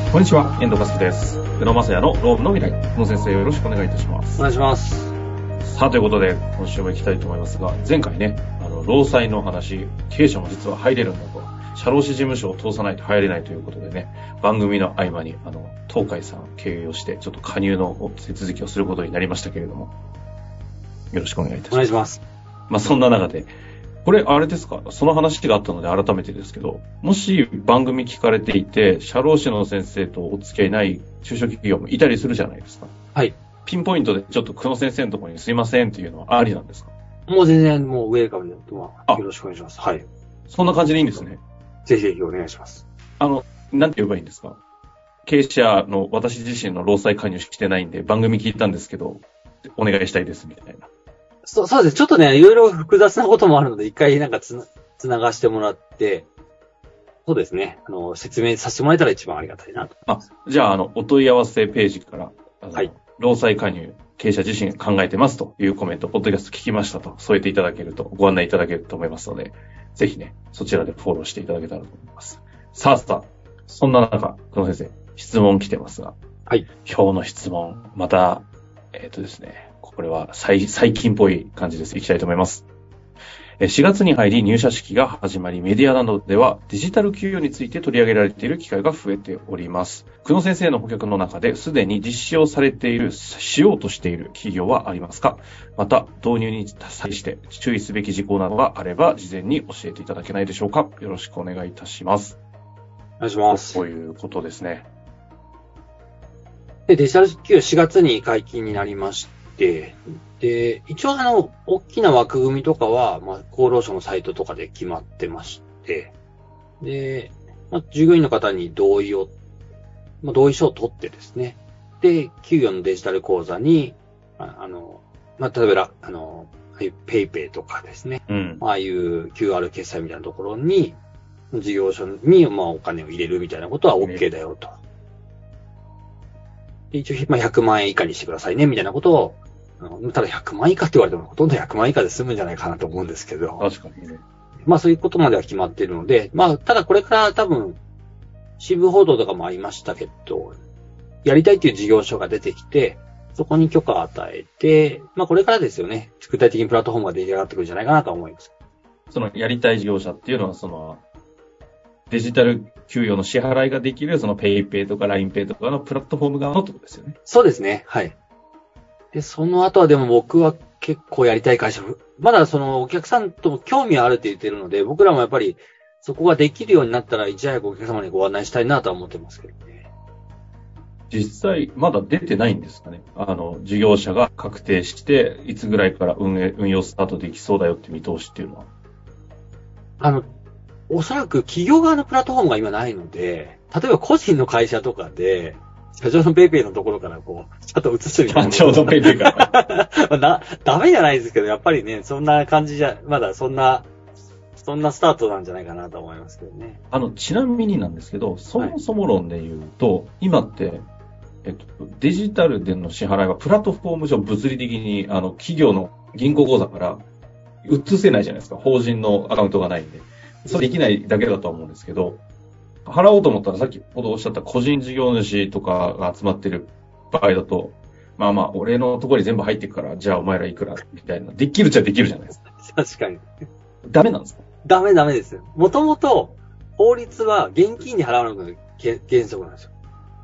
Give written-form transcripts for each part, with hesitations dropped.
こんにちは、遠藤和樹です。宇野正也のロームの未来。宇野先生、よろしくお願いいたします。 お願いします。 さあ、ということで、今週も行きたいと思いますが、前回ね、労災の話、経営者も実は入れるんだと、社労士事務所を通さないと入れないということでね、番組の合間に、東海さん経由をして、ちょっと加入の手続きをすることになりましたけれども、よろしくお願いいたします。 お願いします。 そんな中で、これ、あれですか、その話があったので改めてですけど、もし番組聞かれていて、社労士の先生とお付き合いない中小企業もいたりするじゃないですか。 はい。 ピンポイントでちょっと久野先生のところにすいませんっていうのはありなんですか？ もう全然、もうウェルカムで、よろしくお願いします。はい。 そんな感じでいいんですね。 ぜひぜひお願いします。 なんて言えばいいんですか？経営者の私自身の労災加入してないんで、番組聞いたんですけど、お願いしたいですみたいな。 そうです。ちょっとね、いろいろ複雑なこともあるので、一回なんかつながしてもらって、そうですね。説明させてもらえたら一番ありがたいなと。 じゃあ、お問い合わせページから、 はい。 労災加入、経営者自身考えてますというコメント、ポッドキャスト聞きましたと添えていただけると、ご案内いただけると思いますので、ぜひね、そちらでフォローしていただけたらと思います。さあ、そんな中、久野先生、質問来てますが、 はい。 今日の質問、また、ですね、これは最近っぽい感じです。いきたいと思います。4月に入り入社式が始まり、メディアなどではデジタル給与について取り上げられている機会が増えております。久野先生の顧客の中ですでに実施をされている、しようとしている企業はありますか？また、導入に際して注意すべき事項などがあれば、事前に教えていただけないでしょうか？よろしくお願いいたします。 お願いします。 こういうことですね。 で、デジタル給与4月に解禁になりまして、で、一応大きな枠組みとかは、厚労省のサイトとかで決まってまして、で、従業員の方に同意書を取ってですね、で、給与のデジタル口座に、例えば、ああいうペイペイとかですね、ああいう QR 決済みたいなところに、事業所に、お金を入れるみたいなことは OK だよと。で一応、100万円以下にしてくださいね、みたいなことを、ただ100万以下って言われてもほとんど100万以下で済むんじゃないかなと思うんですけど。 確かにね。 そういうことまでは決まっているので、ただこれから多分、新聞報道とかもありましたけど、やりたいっていう事業所が出てきて、そこに許可を与えて、これからですよね。具体的にプラットフォームが出来上がってくるんじゃないかなと思います。 そのやりたい事業者っていうのは、デジタル給与の支払いができる、ペイペイとか LINEPay とかのプラットフォーム側のってことですよね。 そうですね。はい。で、その後はでも僕は結構やりたい会社、まだお客さんとも興味はあるって言ってるので、僕らもやっぱりそこができるようになったらいち早くお客様にご案内したいなとは思ってますけどね。 実際、まだ出てないんですかね。事業者が確定して、いつぐらいから運用スタートできそうだよって見通しっていうのは。 おそらく企業側のプラットフォームが今ないので、例えば個人の会社とかで、社長のペイペイのところからちゃんと移すみたいな。 社長のペイペイからダメじゃないですけど、やっぱりね、そんな感じじゃ、まだそんなスタートなんじゃないかなと思いますけどね。 ちなみになんですけど、そもそも論で言うと、今って、デジタルでの支払いはプラットフォーム上物理的に、企業の銀行口座から移せないじゃないですか。法人のアカウントがないんで。それできないだけだとは思うんですけど、払おうと思ったらさっきほどおっしゃった個人事業主とかが集まってる場合だと、俺のところに全部入っていくから、じゃあお前らいくらみたいな。できるっちゃできるじゃないですか。 確かに。 ダメなんですか？ ダメですよ。もともと、法律は現金に払うのが原則なんですよ。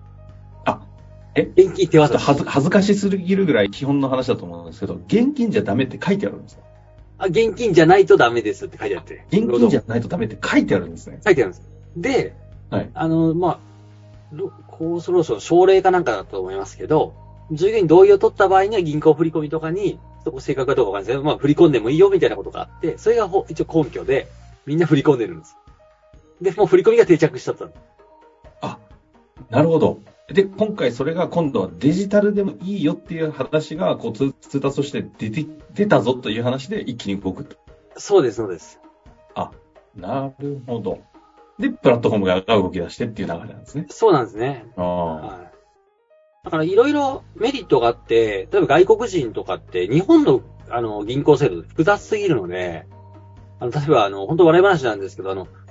現金手渡し。 恥ずかしすぎるぐらい基本の話だと思うんですけど、現金じゃダメって書いてあるんですか？ 現金じゃないとダメですって書いてあって。 現金じゃないとダメって書いてあるんですね。 書いてあるんです。で、 はい。 厚労省の省令かなんかだと思いますけど、従業員同意を取った場合には銀行振込とかに、そこ正確かどうかわかんないですけど、振り込んでもいいよみたいなことがあって、それが一応根拠で、みんな振り込んでるんです。で、もう振り込みが定着しちゃった。 なるほど。で、今回それが今度はデジタルでもいいよっていう話が、通達として出たぞという話で一気に動くと。 そうです。 なるほど。で、プラットフォームが動き出してっていう流れなんですね。 そうなんですね。はい。だからいろいろメリットがあって、例えば外国人とかって日本の銀行制度複雑すぎるので、例えば本当笑い話なんですけど、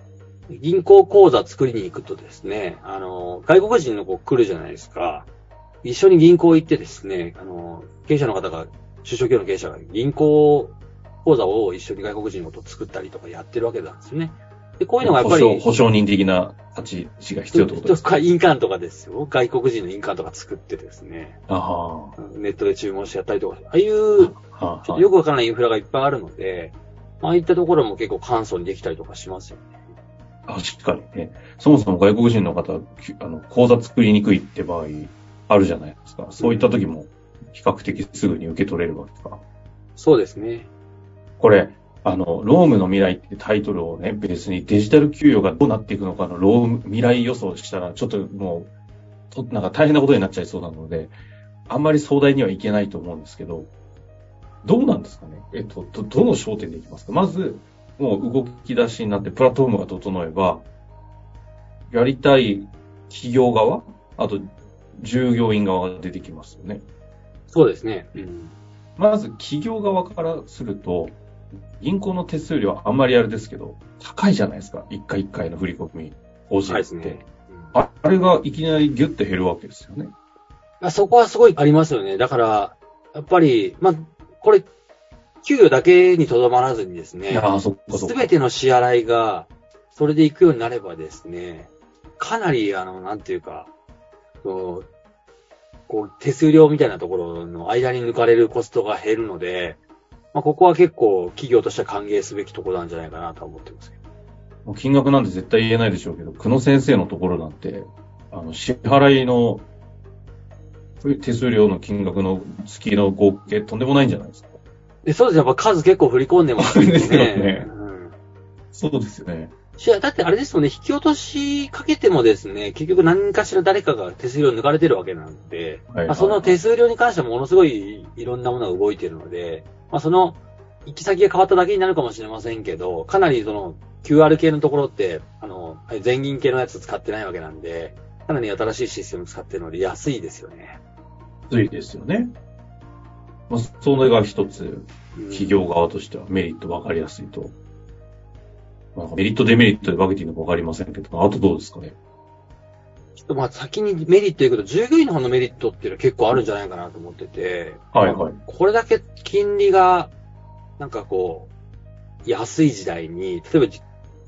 銀行口座作りに行くとですね、外国人の子来るじゃないですか。一緒に銀行行ってですね、経営者の方が、中小企業の経営者が銀行口座を一緒に外国人の子と作ったりとかやってるわけなんですよね。で、こういうのがやっぱり。 保証人的な立ち位置が必要ってことですか？ 印鑑とかですよ。外国人の印鑑とか作ってですね。ネットで注文してやったりとか、ああいう、ちょっとよくわからないインフラがいっぱいあるので、ああいったところも結構簡素にできたりとかしますよね。 確かにね。そもそも外国人の方、口座作りにくいって場合あるじゃないですか。そういった時も比較的すぐに受け取れるわけですか？ そうですね。これ、ロームの未来ってタイトルをね、ベースにデジタル給与がどうなっていくのかの未来予想したら、ちょっともう、なんか大変なことになっちゃいそうなので、あんまり壮大にはいけないと思うんですけど、どうなんですかね？どの焦点でいきますか？まず、もう動き出しになってプラットフォームが整えば、やりたい企業側、あと従業員側が出てきますよね。 そうですね。 まず企業側からすると、銀行の手数料はあんまりあれですけど、高いじゃないですか。一回一回の振り込み、法人って。ねあれがいきなりギュッて減るわけですよね。 そこはすごいありますよね。だから、やっぱり、これ、給与だけにとどまらずにですね、すべての支払いが、それで行くようになればですね、かなり、なんていうか、こう、手数料みたいなところの間に抜かれるコストが減るので、ここは結構企業としては歓迎すべきところなんじゃないかなと思ってますけど。金額なんて絶対言えないでしょうけど、久野先生のところなんて、支払いの手数料の金額の月の合計とんでもないんじゃないですか。 そうですね。やっぱ数結構振り込んでますね。 ですよね。そうですよね。 だってあれですよね、引き落としかけてもですね、結局何かしら誰かが手数料抜かれてるわけなんで、その手数料に関してはものすごいいろんなものが動いてるので、その行き先が変わっただけになるかもしれませんけど、かなりその QR 系のところって、全銀系のやつ使ってないわけなんで、かなり新しいシステムを使ってるので安いですよね。 安いですよね。それが一つ、企業側としてはメリット分かりやすいと。メリットデメリットで分けていいのか分かりませんけど、あとどうですかね。 ちょっと先にメリット言うけど、従業員の方のメリットっていうのは結構あるんじゃないかなと思ってて。 はいはい。 これだけ金利が、なんかこう、安い時代に、例えば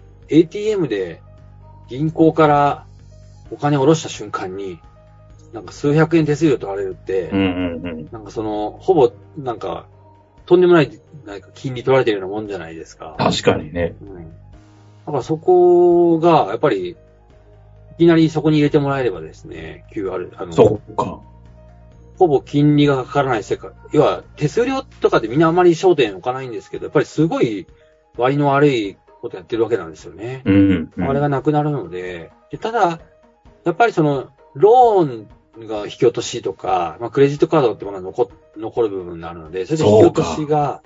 ATM で銀行からお金を下ろした瞬間に、なんか数百円手数料取られるって、なんかほぼ、なんか、とんでもない、なんか金利取られてるようなもんじゃないですか。 確かにね。 だからそこが、やっぱり、いきなりそこに入れてもらえればですね、QR、 そうか。 ほぼ金利がかからない世界。要は、手数料とかでみんなあまり焦点置かないんですけど、やっぱりすごい割の悪いことやってるわけなんですよね。あれがなくなるので、ただ、やっぱりローンが引き落としとか、クレジットカードってものが残る部分になるので、それで引き落としが、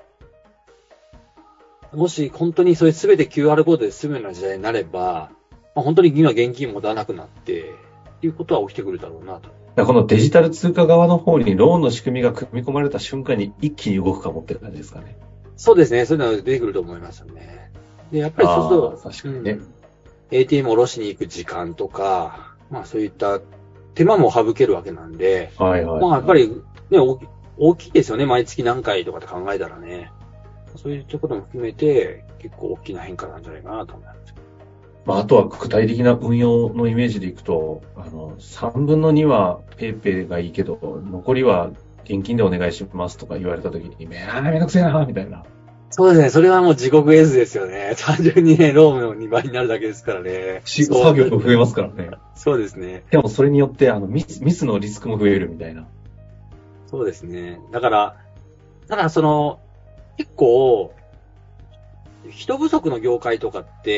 もし本当にそれ全て QR コードで済むような時代になれば、本当に今現金持たなくなって、っていうことは起きてくるだろうなと。 このデジタル通貨側の方にローンの仕組みが組み込まれた瞬間に一気に動くかもって感じですかね。 そうですね。そういうのが出てくると思いますよね。で、やっぱりそうすると、 確かにね。 ATM を下ろしに行く時間とか、そういった手間も省けるわけなんで、やっぱりね、大きいですよね。毎月何回とかって考えたらね。そういうことも含めて、結構大きな変化なんじゃないかなと思います。 あとは具体的な運用のイメージでいくと、3分の2はペイペイがいいけど、残りは現金でお願いしますとか言われたときに、めんどくせえな、みたいな。 そうですね。それはもう地獄絵図ですよね。単純にね、ロームの2倍になるだけですからね。 作業が増えますからね。 そうですね。 でもそれによって、ミスのリスクも増えるみたいな。 そうですね。だから、結構、人不足の業界とかって、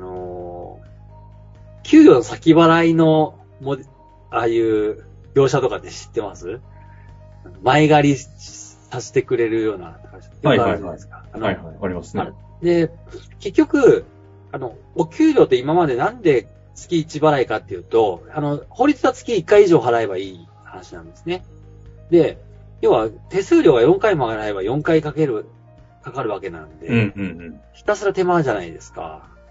給与の先払いのああいう業者とかって知ってます？前借りさせてくれるような会社ってあるじゃないですか。 ありますね。 で、結局、お給料って今までなんで月1払いかっていうと、法律は月1回以上払えばいい話なんですね。で、要は手数料が4回も払えば4回かかるわけなんで、ひたすら手間じゃないですか。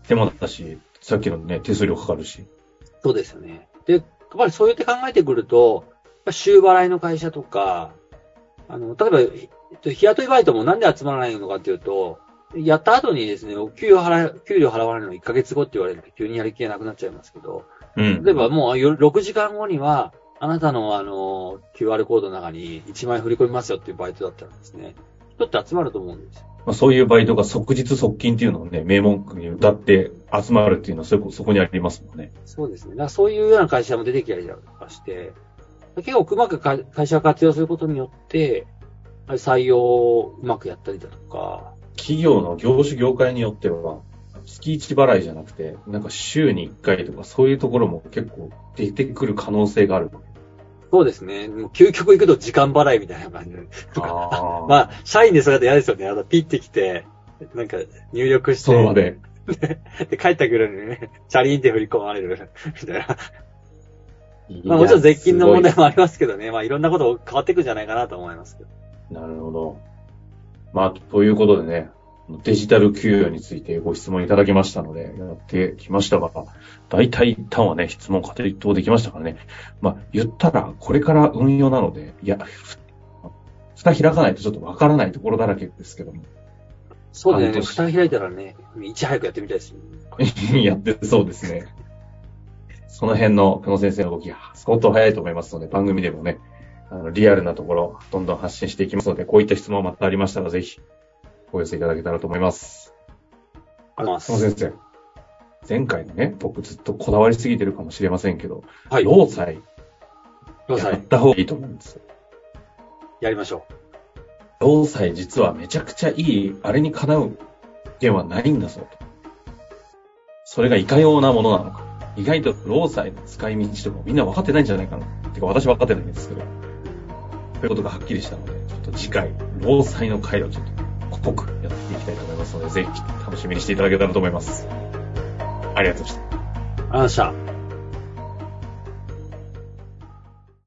手間だし、さっきのね、手数料かかるし。 そうですよね。で、やっぱりそうやって考えてくると、週払いの会社とか、例えば、日雇いバイトもなんで集まらないのかっていうと、やった後にですね、給料払われるの1ヶ月後って言われると急にやる気がなくなっちゃいますけど、例えばもう6時間後には、あなたのQR コードの中に1万円振り込みますよっていうバイトだったらですね、人って集まると思うんですよ。 そういうバイトが即日即金っていうのをね、名文句に歌って集まるっていうのはそこにありますもんね。 そうですね。だからそういうような会社も出てきたりとかして、結構うまく会社を活用することによって、採用をうまくやったりだとか。 企業の業種業界によっては、月1払いじゃなくて、なんか週に1回とかそういうところも結構出てくる可能性がある。 そうですね。もう究極行くと時間払いみたいな感じで。まあ、社員でそれだと嫌ですよね。ピッて来て、なんか入力して。 その場で。 で、帰ってくるのにね、チャリンって振り込まれる。みたいな。まあもちろん税金の問題もありますけどね。まあいろんなこと変わっていくんじゃないかなと思いますけど。 なるほど。まあ、ということでね、デジタル給与についてご質問いただきましたので、やってきましたが、大体一旦はね、質問回答できましたからね。まあ、言ったら、これから運用なので、いや、蓋開かないとちょっとわからないところだらけですけども。 そうですね。蓋開いたらね、いち早くやってみたいですね。やってそうですね。その辺の久野先生の動きが相当早いと思いますので、番組でもね、リアルなところ、どんどん発信していきますので、こういった質問またありましたら、ぜひ、お寄せいただけたらと思います。 ありがとうございます。 久野先生、前回のね、僕ずっとこだわりすぎてるかもしれませんけど、 はい。 労災。やった方がいいと思うんですよ。 やりましょう。労災実はめちゃくちゃいい、あれにかなう件はないんだぞと。それがいかようなものなのか。意外と労災の使い道とかみんな分かってないんじゃないかな。てか私分かってないんですけど。ということがはっきりしたので、ちょっと次回、労災の回をちょっと濃くやっていきたいと思いますので、ぜひ楽しみにしていただけたらと思います。ありがとうございました。 ありがとうございました。